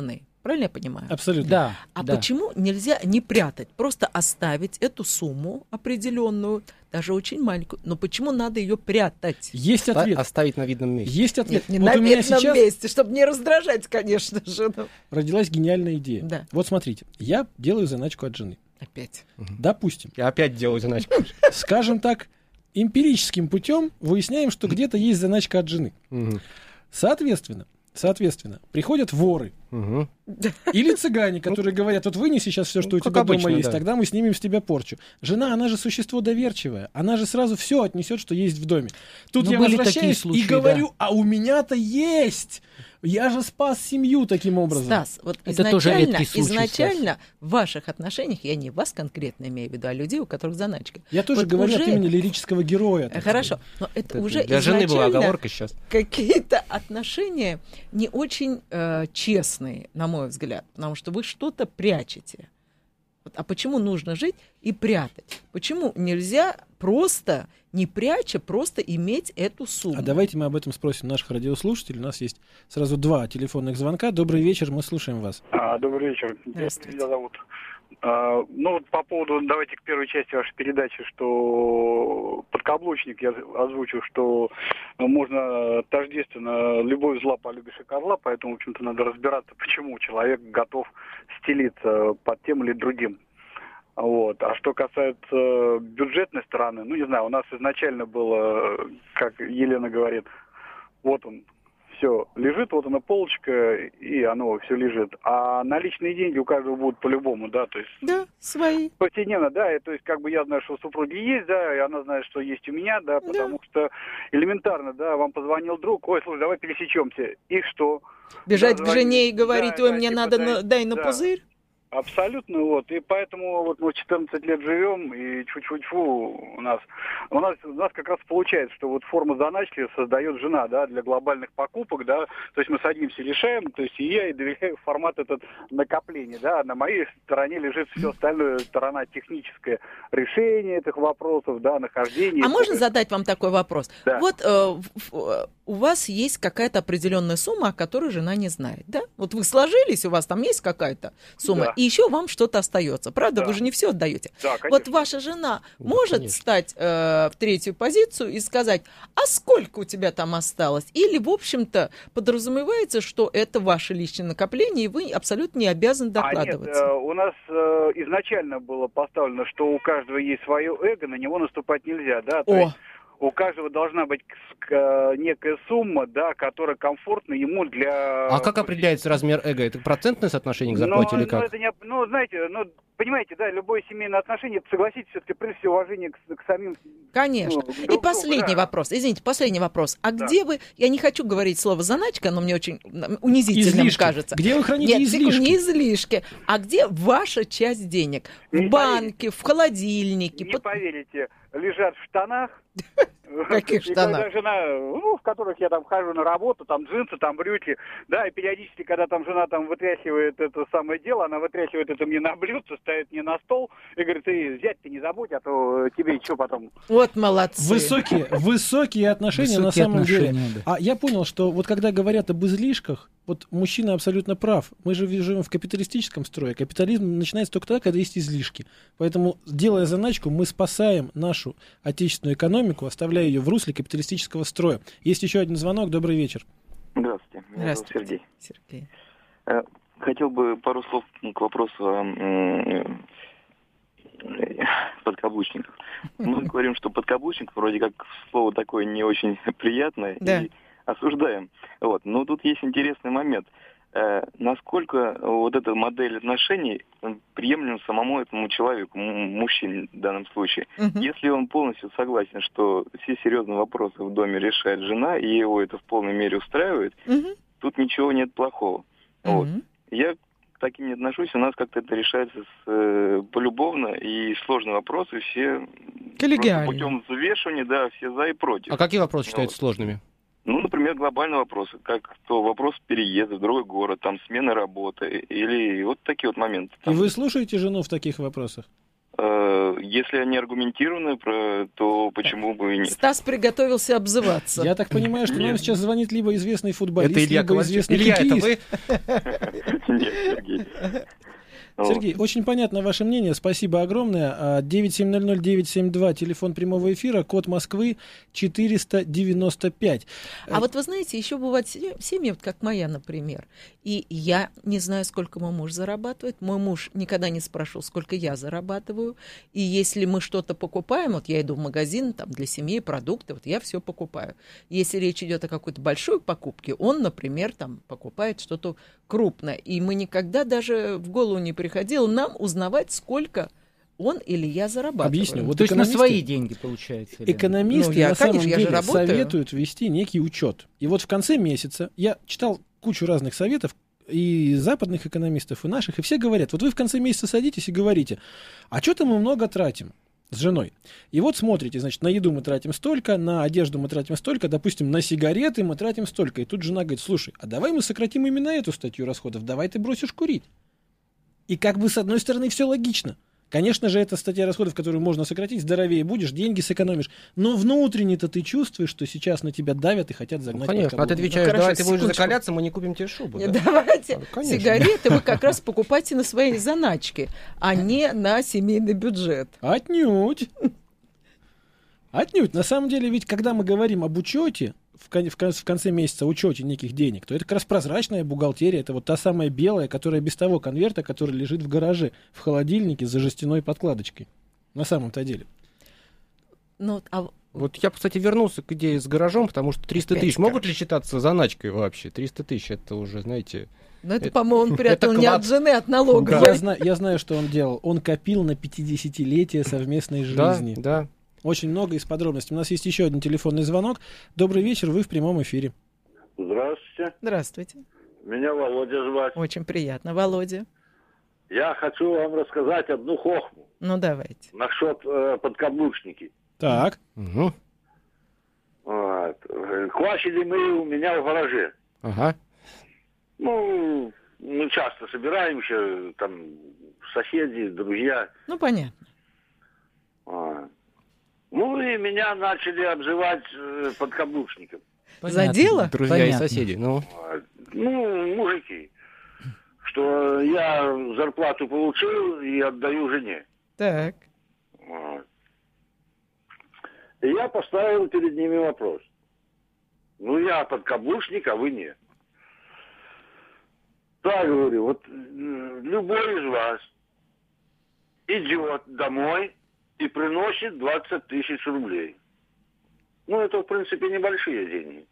Правильно я понимаю? Абсолютно. Да. А да. почему нельзя не прятать, просто оставить эту сумму определенную, даже очень маленькую, но почему надо ее прятать? Есть Оста- ответ. Оставить на видном месте. Есть ответ. Нет, не Вот на у меня видном сейчас месте, чтобы не раздражать, конечно же. но- родилась гениальная идея. Да. Вот смотрите, я делаю заначку от жены. Опять. Допустим, Я опять делаю заначку. скажем так, эмпирическим путем выясняем, что где-то есть заначка от жены. Мгм. Соответственно, соответственно, приходят воры Мгм. или цыгане, которые говорят: вот вынеси сейчас все, что ну, у как тебя обычно, дома есть, да. тогда мы снимем с тебя порчу. Жена, она же существо доверчивое, она же сразу все отнесет, что есть в доме. Тут Ну, я были такие возвращаюсь случаи, и говорю: а у меня-то есть! Я же спас семью таким образом. Стас, вот Это тоже изначально, редкий случай, изначально в ваших отношениях, я не вас конкретно имею в виду, а людей, у которых заначка. Я тоже Вот говорю уже- от имени лирического героя. Э, так Хорошо, сказать. но это Это уже для жены была изначально оговорка сейчас. какие-то отношения не очень э, честные, на мой взгляд, потому что вы что-то прячете. Вот, а почему нужно жить и прятать? Почему нельзя просто, не пряча, просто иметь эту сумму? А давайте мы об этом спросим наших радиослушателей. У нас есть сразу два телефонных звонка. Добрый вечер, мы слушаем вас. А, добрый вечер. Здравствуйте. Меня зовут. А, ну, вот по поводу, давайте к первой части вашей передачи, что подкаблучник, я озвучил, что можно тождественно любовь зла полюбишь и козла, поэтому, в общем-то, надо разбираться, почему человек готов стелиться под тем или другим. Вот. А что касается бюджетной стороны, ну, не знаю, у нас изначально было, как Елена говорит, вот он, все лежит, вот она полочка, и оно все лежит. А наличные деньги у каждого будут по-любому, да, то есть Да, свои. повседневно, да, и, то есть как бы я знаю, что у супруги есть, да, и она знает, что есть у меня, да, потому что элементарно, да, вам позвонил друг, ой, слушай, давай пересечемся, и что? Бежать Да, к жене и звонить, говорить: да, ой, да, мне типа, надо, дай- на- дай на да. пузырь. Абсолютно, вот. И поэтому вот мы четырнадцать лет живем, и чуть-чуть-фу у нас, у нас, у нас как раз получается, что вот форма заначки создает жена, да, для глобальных покупок, да, то есть мы садимся, решаем, то есть и я и доверяю формат этот накопления, да, на моей стороне лежит все остальное, сторона техническая, решение этих вопросов, да, нахождение. А можно задать вам такой вопрос? Да. Вот э, в- в- у вас есть какая-то определенная сумма, о которой жена не знает, да? Вот вы сложились, у вас там есть какая-то сумма, Да. и еще вам что-то остается. Правда, Да. вы же не все отдаете. Да, конечно. Вот ваша жена Да, может конечно. стать э, в третью позицию и сказать: а сколько у тебя там осталось? Или, в общем-то, подразумевается, что это ваше личное накопление, и вы абсолютно не обязаны А нет, докладываться. э, у нас э, изначально было поставлено, что у каждого есть свое эго, на него наступать нельзя, да, то О. есть у каждого должна быть к- э, некая сумма, да, которая комфортна ему для... А как определяется размер эго? Это процентное соотношение к Но- зарплате или но как? это не, ну, знаете, ну, понимаете, да, любое семейное отношение, это, согласитесь, все-таки прежде всего уважение к, к самим... Конечно. ну, друг И другу, последний да. вопрос. Извините, последний вопрос. А Да. где вы... Я не хочу говорить слово заначка, оно мне очень м, унизительным Излишки. кажется. Где вы храните Нет, секунду, излишки? не излишки. А где ваша часть денег? В Не банке, в холодильнике? Не под- поверите, лежат в штанах. Каких И штанах? когда жена, ну, в которых я там хожу на работу, там джинсы, там брюки, да, и периодически, когда там жена там вытряхивает это самое дело, она вытряхивает это мне на блюдце, ставит мне на стол и говорит: ты взять ты не забудь, а то тебе что потом... Вот молодцы. Высокие, высокие отношения на Высокие самом деле. отношения, да. А я понял, что вот когда говорят об излишках, вот мужчина абсолютно прав. Мы же живем в капиталистическом строе. Капитализм начинается только тогда, когда есть излишки. Поэтому, делая заначку, мы спасаем нашу отечественную экономику, оставляя ее в русле капиталистического строя. Есть еще один звонок. Добрый вечер. Здравствуйте, меня зовут Здравствуйте, Сергей. Сергей. Э, Хотел бы пару слов к вопросу о м, э, подкаблучниках. Мы говорим, что подкаблучник вроде как слово такое не очень приятное, Да. и осуждаем. Вот. Но тут есть интересный момент. Э, Насколько вот эта модель отношений приемлема самому этому человеку, м- мужчине в данном случае. Мгм. Если он полностью согласен, что все серьезные вопросы в доме решает жена, и его это в полной мере устраивает, Мгм. тут ничего нет плохого. Вот. Мгм. Я к таким не отношусь, у нас как-то это решается с, э, полюбовно, и сложные вопросы все Коллегиально. просто путем взвешивания, да, все за и против. А какие вопросы считаются Вот. сложными? Ну, например, глобальные вопросы, как то вопрос переезда в другой город, там смена работы, или вот такие вот моменты. И Там, вы слушаете жену в таких вопросах? Э, Если они аргументированы, про- то почему бы и нет? Стас приготовился обзываться. Я так понимаю, что нам сейчас звонит либо известный футболист, Это Илья либо Ковальчук. известный Илья, это хоккеист. вы? Нет, Сергей. Вот. Сергей, очень понятно ваше мнение, спасибо огромное. девять семь ноль ноль девять семь два, телефон прямого эфира, код Москвы четыреста девяносто пять. А вот вы знаете, еще бывают се- семьи, вот как моя, например, и я не знаю, сколько мой муж зарабатывает, мой муж никогда не спрашивал, сколько я зарабатываю, и если мы что-то покупаем, вот я иду в магазин там, для семьи, продукты, вот я все покупаю. Если речь идет о какой-то большой покупке, он, например, там покупает что-то крупное, и мы никогда даже в голову не приходило нам узнавать, сколько он или я зарабатываю. Объясню. Вот То есть на экономисты- свои деньги, получается. Елена? Экономисты Ну, я, на самом конечно, я же деле работаю. советуют вести некий учет. И вот в конце месяца я читал кучу разных советов и западных экономистов, и наших, и все говорят, вот вы в конце месяца садитесь и говорите, а что-то мы много тратим с женой. И вот смотрите, значит, на еду мы тратим столько, на одежду мы тратим столько, допустим, на сигареты мы тратим столько. И тут жена говорит, слушай, а давай мы сократим именно эту статью расходов, давай ты бросишь курить. И как бы с одной стороны все логично. Конечно же, это статья расходов, которую можно сократить, здоровее будешь, деньги сэкономишь. Но внутренне-то ты чувствуешь, что сейчас на тебя давят и хотят Ну, загнать конечно. под А ты каблук. отвечаешь, Ну, хорошо, давай ты будешь секундочку. закаляться, мы не купим тебе шубу. Нет, да? давайте. Ну, конечно. Сигареты вы как раз покупайте на свои заначки, а не на семейный бюджет. Отнюдь. Отнюдь. На самом деле, ведь когда мы говорим об учете, в, кон- в кон- в конце месяца учете неких денег, то это как раз прозрачная бухгалтерия, это вот та самая белая, которая без того конверта, который лежит в гараже, в холодильнике за жестяной подкладочкой. На самом-то деле. Ну, а Вот я, кстати, вернулся к идее с гаражом, потому что триста Опять тысяч могут гараж. ли считаться заначкой вообще? триста тысяч это уже, знаете... ну, это, это- по-моему, он прятал это не клад. от жены, а от налоговой. Я, знаю, я знаю, что он делал. Он копил на пятидесятилетие совместной Да, жизни. да. Очень много из подробностей. У нас есть еще один телефонный звонок. Добрый вечер, вы в прямом эфире. Здравствуйте. Здравствуйте. Меня Володя звать. Очень приятно, Володя. Я хочу вам рассказать одну хохму Ну, давайте. насчет э, подкаблучники. Так. Угу. Вот. Э, Квасили мы у меня в гараже. Ага. Ну, мы часто собираемся, там, соседи, друзья. Ну, понятно. А. Ну, и меня начали обзывать э, подкаблучником. За дело? Друзья Понятно. и соседи. Ну, Вот. Ну, мужики. Что я зарплату получил и отдаю жене. Так. Вот. И я поставил перед ними вопрос. Ну, я подкаблучник, а вы нет. Так, говорю, вот э, любой из вас идет домой и приносит двадцать тысяч рублей. Ну, это, в принципе, небольшие деньги.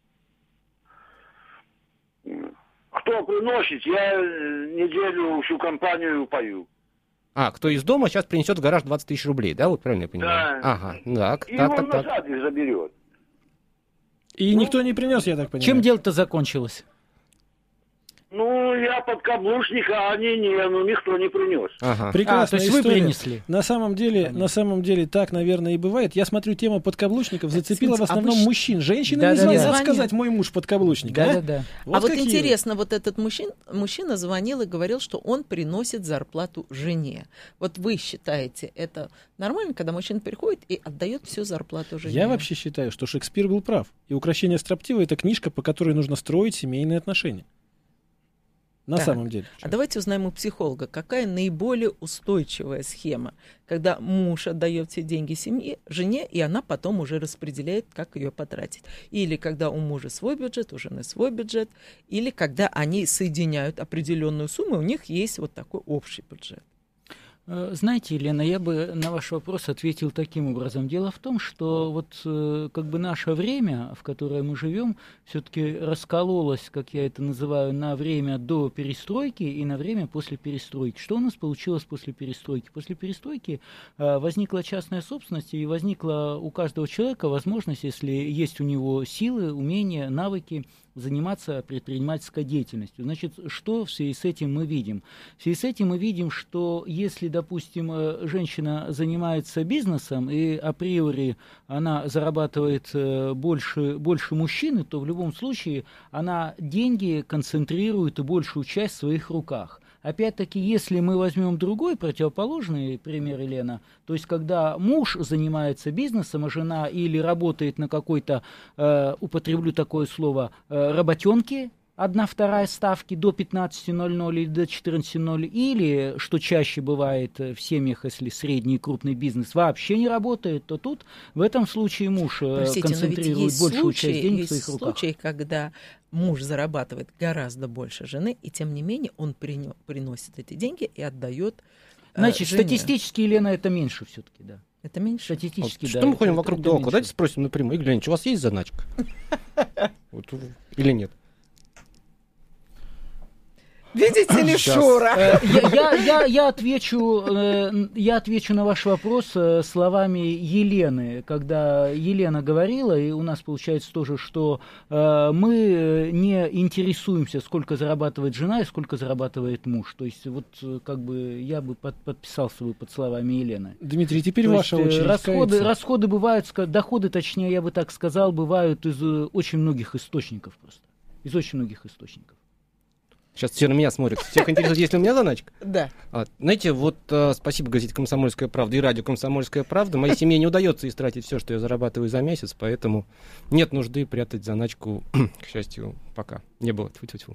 Кто приносит, я э, неделю всю компанию пою. а, кто из дома сейчас принесет в гараж двадцать тысяч рублей, да? Вот правильно я понимаю? Да. Ага, так, И так, он так, так. назад их заберет. И никто не принес, я так понимаю. Чем дело-то закончилось? Ну, я подкаблучник, а они не, ну, никто не принес. Ага. А, Прекрасная то есть вы история. принесли. На самом деле, Понятно. на самом деле так, наверное, и бывает. Я смотрю, тема подкаблучников зацепила в Смотрите, а основном вы ш- мужчин. Женщины Да, не да, звонят да. сказать, мой муж подкаблучник. а? Да-да-да. а вот какие интересно, вот этот мужчин, мужчина звонил и говорил, что он приносит зарплату жене. Вот вы считаете, это нормально, когда мужчина приходит и отдает всю зарплату жене? Я вообще считаю, что Шекспир был прав. И «Укрощение строптивой» — это книжка, по которой нужно строить семейные отношения. На Так. самом деле. А давайте узнаем у психолога, какая наиболее устойчивая схема, когда муж отдает все деньги семье, жене, и она потом уже распределяет, как ее потратить. Или когда у мужа свой бюджет, у жены свой бюджет, или когда они соединяют определенную сумму, у них есть вот такой общий бюджет. Э, Знаете, Елена, я бы на ваш вопрос ответил таким образом. Дело в том, что вот э, как бы наше время, в которое мы живем, все-таки раскололось, как я это называю, на время до перестройки и на время после перестройки. Что у нас получилось после перестройки? После перестройки э, возникла частная собственность и возникла у каждого человека возможность, если есть у него силы, умения, навыки, заниматься предпринимательской деятельностью. Значит, что в связи с этим мы видим? В связи с этим мы видим, что если, допустим, э, женщина занимается бизнесом и априори она зарабатывает э, больше, больше мужчины, то в любом случае она деньги концентрирует и большую часть в своих руках. Опять-таки, если мы возьмем другой противоположный пример, Елена, то есть когда муж занимается бизнесом, а жена или работает на какой-то, э, употреблю такое слово, э, работенке, одна-вторая ставки до пятнадцати ноль-ноль или до четырнадцати ноль, или, что чаще бывает в семьях, если средний и крупный бизнес вообще не работает, то тут в этом случае муж Простите, концентрирует большую случаи, часть денег в есть своих руках. случаи, когда муж зарабатывает гораздо больше жены, и тем не менее он прино- приносит эти деньги и отдает э, Значит, жене. статистически, Елена, это меньше все-таки, да. Это меньше? Статистически, Вот да. что мы это- ходим это- вокруг это да около? меньше. Давайте спросим напрямую. Игорь Леонидович, у вас есть заначка? Вот, или нет? Видите ли, Сейчас. Шура? Э, Я, я, я, я, отвечу, э, я отвечу на ваш вопрос э, словами Елены. Когда Елена говорила, и у нас получается тоже, что э, мы не интересуемся, сколько зарабатывает жена и сколько зарабатывает муж. То есть вот э, как бы я бы под- подписался бы под словами Елены. Дмитрий, теперь То ваша есть, э, очередь. расходы, каяться. расходы бывают, ска- доходы, точнее, я бы так сказал, бывают из э, очень многих источников просто. Из очень многих источников. Сейчас все на меня смотрят. Всех интересует, есть ли у меня заначка? Да. А, знаете, вот э, спасибо газете «Комсомольская правда» и радио «Комсомольская правда». Моей семье не удается истратить все, что я зарабатываю за месяц, поэтому нет нужды прятать заначку, к счастью, пока не было. Тьфу-тьфу-тьфу.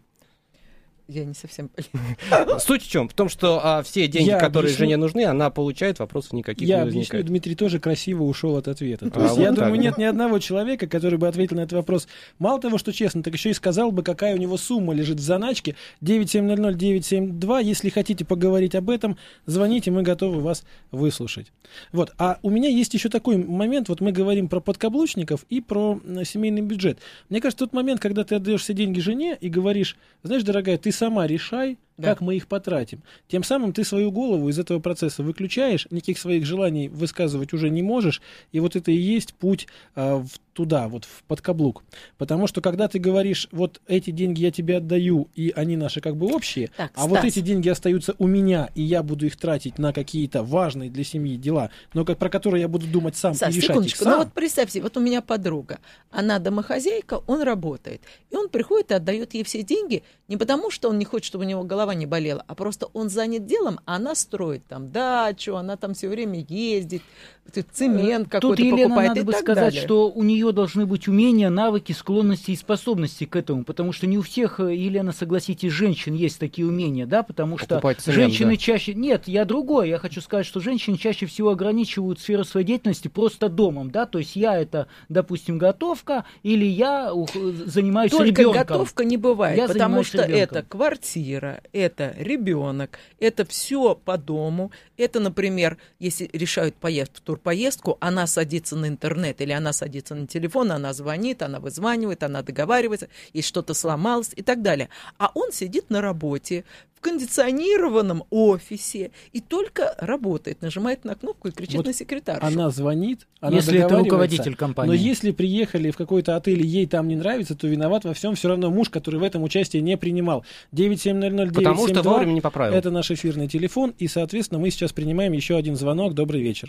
Я не совсем понимаю. Суть в чем? В том, что а, все деньги, Я которые объясню. жене нужны, она получает, вопросов никаких Я не объясню, возникает. Дмитрий тоже красиво ушел от ответа. То А, есть, вот я так, думаю, да. нет ни одного человека, который бы ответил на этот вопрос. Мало того, что честно, так еще и сказал бы, какая у него сумма лежит в заначке. девять семь ноль ноль девять семь два. Если хотите поговорить об этом, звоните, мы готовы вас выслушать. Вот. А у меня есть еще такой момент. Вот мы говорим про подкаблучников и про м, семейный бюджет. Мне кажется, тот момент, когда ты отдаешь все деньги жене и говоришь: знаешь, дорогая, ты сама решай, Да. как мы их потратим. Тем самым ты свою голову из этого процесса выключаешь, никаких своих желаний высказывать уже не можешь, и вот это и есть путь а, в туда, вот в подкаблук. Потому что когда ты говоришь: вот эти деньги я тебе отдаю, и они наши как бы общие, Так, а вот Стас. эти деньги остаются у меня, и я буду их тратить на какие-то важные для семьи дела, но как, про которые я буду думать сам Саш, и решать их секундочку, сам. ну вот представьте, вот у меня подруга, она домохозяйка, он работает, и он приходит и отдает ей все деньги не потому, что он не хочет, чтобы у него голова не болела, а просто он занят делом, а она строит там дачу, она там все время ездит, цемент Тут, какой-то Елена, покупает надо и бы так сказать, далее. что у нее должны быть умения, навыки, склонности и способности к этому, потому что не у всех, э, Елена, согласитесь, женщин есть такие умения, да, потому что Покупать цемент, женщины да. чаще... Нет, я другой, я хочу сказать, что женщины чаще всего ограничивают сферу своей деятельности просто домом, да, то есть я это, допустим, готовка, или я ух, занимаюсь Только ребенком. готовка не бывает, Я потому занимаюсь что ребенком. это квартира, это ребенок, это все по дому. Это, например, если решают поехать в турпоездку, она садится на интернет или она садится на телефон, она звонит, она вызванивает, она договаривается, если что-то сломалось и так далее. А он сидит на работе, в кондиционированном офисе и только работает, нажимает на кнопку и кричит Вот на секретаршу. Она звонит, она Если это договаривается, руководитель компании. Но если приехали в какой-то отель и ей там не нравится, то виноват во всем все равно муж, который в этом участие не принимал. девять семь ноль ноль девять семь два Потому что вовремя не поправил. это наш эфирный телефон, и, соответственно, мы сейчас принимаем еще один звонок. Добрый вечер.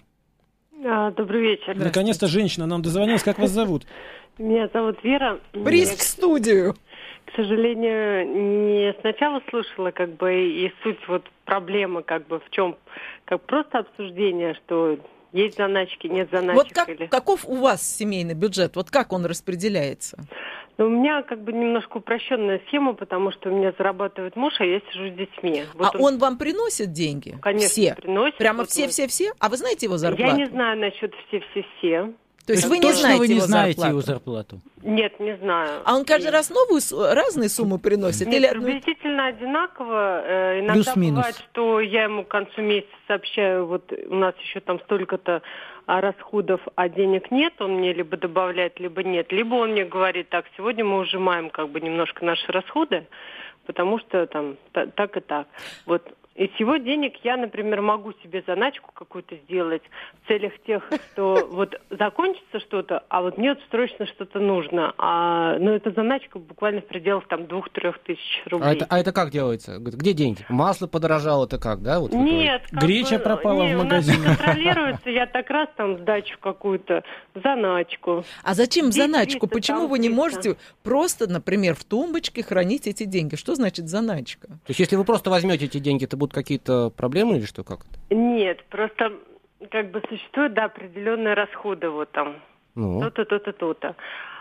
А, добрый вечер. Наконец-то женщина нам дозвонилась. Как вас зовут? Меня зовут Вера. Приз в студию! К сожалению, не сначала слушала, как бы, и суть вот проблемы, как бы, в чем, как просто обсуждение, что есть заначки, нет заначек. Вот как, или... каков у вас семейный бюджет? Вот как он распределяется? Но у меня как бы немножко упрощенная схема, потому что у меня зарабатывает муж, а я сижу с детьми. Вот а он... он вам приносит деньги? Конечно, все? приносит. Прямо Вот все-все-все? А вы знаете его зарплату? Я не знаю насчет все-все-все. То есть вы не точно знаете вы не его знаете зарплату? его зарплату? Нет, не знаю. А он каждый Нет. раз новую, су- разные суммы приносит? Нет, Или... приблизительно одинаково. Э, Иногда Плюс-минус. бывает, что я ему к концу месяца сообщаю, вот у нас еще там столько-то а, расходов, а денег нет, он мне либо добавляет, либо нет. Либо он мне говорит: так, сегодня мы ужимаем как бы немножко наши расходы, потому что там та- так и так. Вот. Из его денег я, например, могу себе заначку какую-то сделать в целях тех, что вот закончится что-то, а вот мне вот срочно что-то нужно. А, ну, это заначка буквально в пределах там двух-трех тысяч рублей. А это, а это как делается? Где деньги? Масло подорожало, это как, да? Вот Нет. Как Греча бы, пропала не, в магазине. У нас контролируется, я так раз там сдачу какую-то, заначку. А зачем Здесь заначку? триста, Почему там вы не триста. можете просто, например, в тумбочке хранить эти деньги? Что значит заначка? То есть если вы просто возьмете эти деньги, это будут какие-то проблемы или что, как это? Нет, просто как бы существуют, да, определенные расходы вот там. Ну. То-то, то-то, то-то.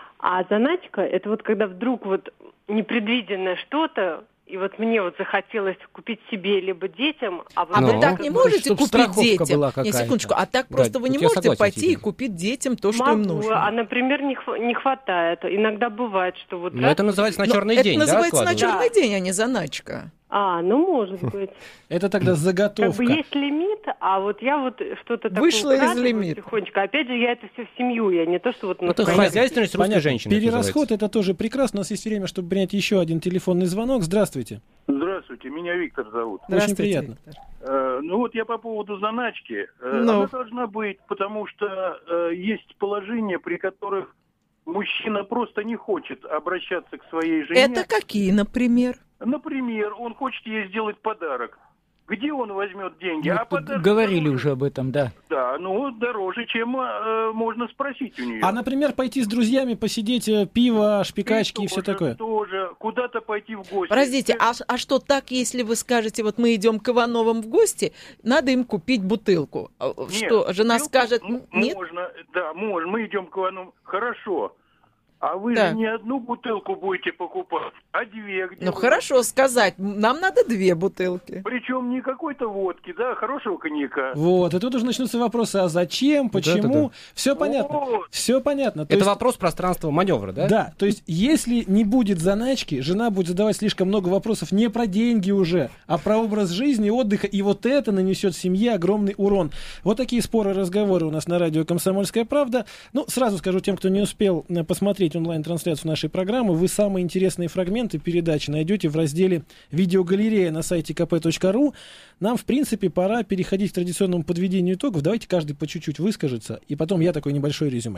А заначка, это вот когда вдруг вот непредвиденное что-то, и вот мне вот захотелось купить себе либо детям, а вот А Ну, вы так не можете чтоб купить страховка детям? была Не, какая-то. секундочку, а так Да, просто вы тут не я можете согласен, пойти и Екатерина. купить детям то, что могу, им нужно? а, например, не, хва- не хватает. Иногда бывает, что вот... Но раз- это называется на Но черный это день, да, называется на откладывают? черный день, а не заначка. А, ну, может быть. Это тогда Как заготовка. бы есть лимит, а вот я вот что-то такое Вышла из украдываю лимита. тихонечко. Опять же, я это все в семью, я не то, что вот... Это настоящий- хозяйственность русской Понятно. женщины. это Перерасход называется. это тоже прекрасно. У нас есть время, чтобы принять еще один телефонный звонок. Здравствуйте. Здравствуйте, меня Виктор зовут. Очень Здравствуйте, приятно. Виктор. Э, ну вот я по поводу заначки. Э, Ну. Она должна быть, потому что э, есть положения, при которых мужчина просто не хочет обращаться к своей жене. Это какие, например? Например, он хочет ей сделать подарок. Где он возьмет деньги? Ну, а тут подарок говорили дороже. уже об этом, да. Да, ну дороже, чем э, можно спросить у нее. А, например, пойти с друзьями, посидеть, э, пиво, шпикачки и все тоже, такое. Тоже, куда-то пойти в гости. Подождите, а, а что так, если вы скажете, вот мы идем к Ивановым в гости, надо им купить бутылку? А, Нет, Что, жена бутылку скажет, м- нет? Можно, да, можно. Мы идем к Ивану. Хорошо. А вы Да. же не одну бутылку будете покупать, а две. Где Ну вы? хорошо сказать, нам надо две бутылки. Причем не какой-то водки, да, хорошего коньяка. Вот, и тут уже начнутся вопросы, а зачем, почему? Да-да-да. Все понятно. Вот. Все понятно. То Это есть- вопрос пространства маневра, да? Да, то есть если не будет заначки, жена будет задавать слишком много вопросов не про деньги уже, а про образ жизни, отдыха, и вот это нанесет семье огромный урон. Вот такие споры, разговоры у нас на радио «Комсомольская правда». Ну, сразу скажу тем, кто не успел э, посмотреть онлайн-трансляцию нашей программы, вы самые интересные фрагменты передачи найдете в разделе «Видеогалерея» на сайте ка пэ точка ру. Нам, в принципе, пора переходить к традиционному подведению итогов. Давайте каждый по чуть-чуть выскажется, и потом я такое небольшое резюме.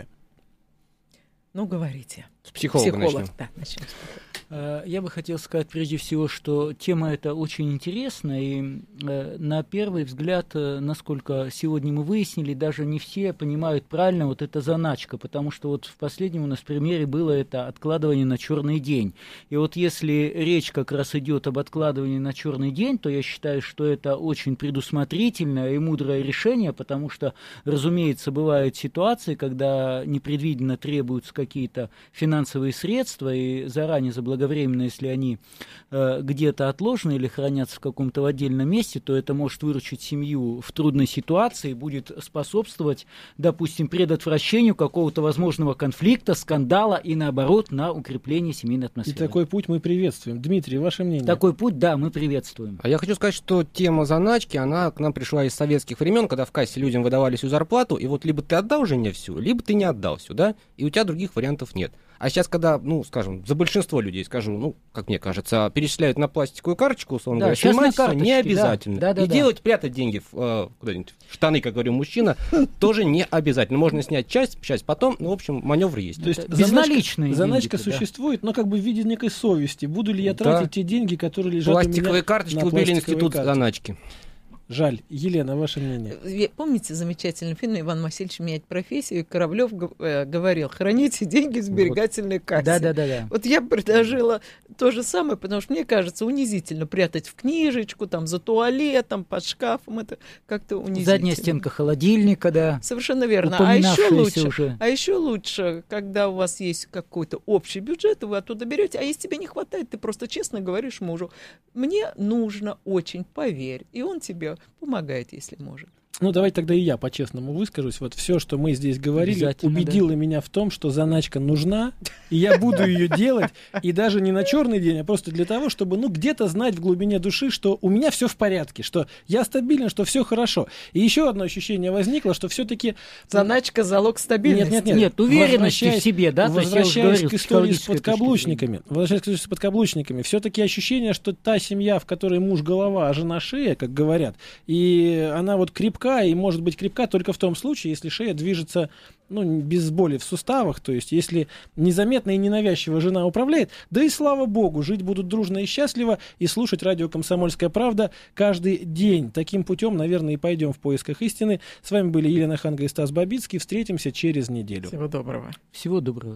Ну, говорите. С психолога Психолог, начнем. да, начнем. Э, Я бы хотел сказать прежде всего, что тема эта очень интересная, и э, на первый взгляд, э, насколько сегодня мы выяснили, даже не все понимают правильно вот это заначка, потому что вот в последнем у нас примере было это откладывание на черный день. И вот если речь как раз идет об откладывании на черный день, то я считаю, что это очень предусмотрительное и мудрое решение, потому что, разумеется, бывают ситуации, когда непредвиденно требуются какие-то финансовые средства, и заранее заблаговременно, если они э, где-то отложены или хранятся в каком-то отдельном месте, то это может выручить семью в трудной ситуации, будет способствовать, допустим, предотвращению какого-то возможного конфликта, скандала и, наоборот, на укрепление семейной И атмосферы. такой путь мы приветствуем. Дмитрий, ваше мнение? Такой путь, да, мы приветствуем. А я хочу сказать, что тема заначки, она к нам пришла из советских времен, когда в кассе людям выдавали всю зарплату, и вот либо ты отдал жене всю, либо ты не отдал всю, да, и у тебя других вариантов нет. А сейчас, когда, ну, скажем, за большинство людей, скажу, ну, как мне кажется, перечисляют на пластиковую карточку, условно Да, говоря, сейчас снимать на всё карточке, не да. обязательно. Да, да, и да. делать, прятать деньги в, э, куда-нибудь в штаны, как говорил мужчина, тоже не обязательно. Можно снять часть, часть потом, ну, в общем, маневр есть. То есть Это заначка, безналичные заначка деньги-то, да. существует, но как бы в виде некой совести. Буду ли я Да. тратить те деньги, которые лежат у меня Пластиковые карточки на убили пластиковой институт карте? заначки. Жаль. Елена, ваше мнение? Вы Помните замечательный фильм «Иван Васильевич меняет профессию», и Кораблев говорил: храните деньги в сберегательной кассе. Да, да, да, да. Вот я предложила то же самое, потому что мне кажется унизительно прятать в книжечку, там, за туалетом, под шкафом. Это как-то унизительно. Задняя стенка холодильника, да. Совершенно верно. А еще Упоминавшаяся лучше, уже. а еще лучше, когда у вас есть какой-то общий бюджет, вы оттуда берете, а если тебе не хватает, ты просто честно говоришь мужу: мне нужно очень, поверь, и он тебе помогает, если может. Ну, давайте тогда и я по-честному выскажусь. Вот все, что мы здесь говорили, Обязательно, убедило да. меня в том, что заначка нужна, и я буду ее делать, и даже не на черный день, а просто для того, чтобы, ну, где-то знать в глубине души, что у меня все в порядке, что я стабилен, что все хорошо. И еще одно ощущение возникло, что все-таки... Заначка — залог стабильности. Нет, нет, нет. Нет, уверенности в Возвращаясь- себе, да? То есть я уже Возвращаясь говорил, к истории с психологической точки подкаблучниками, возвращаясь к истории с подкаблучниками, все-таки ощущение, что та семья, в которой муж голова, а жена шея, как говорят, и она вот крепка, и может быть крепка только в том случае, если шея движется, ну, без боли в суставах, то есть если незаметно и ненавязчиво жена управляет, да и слава богу, жить будут дружно и счастливо и слушать радио «Комсомольская правда» каждый день. Таким путем, наверное, и пойдем в поисках истины. С вами были Елена Ханга и Стас Бабицкий. Встретимся через неделю. Всего доброго. Всего доброго.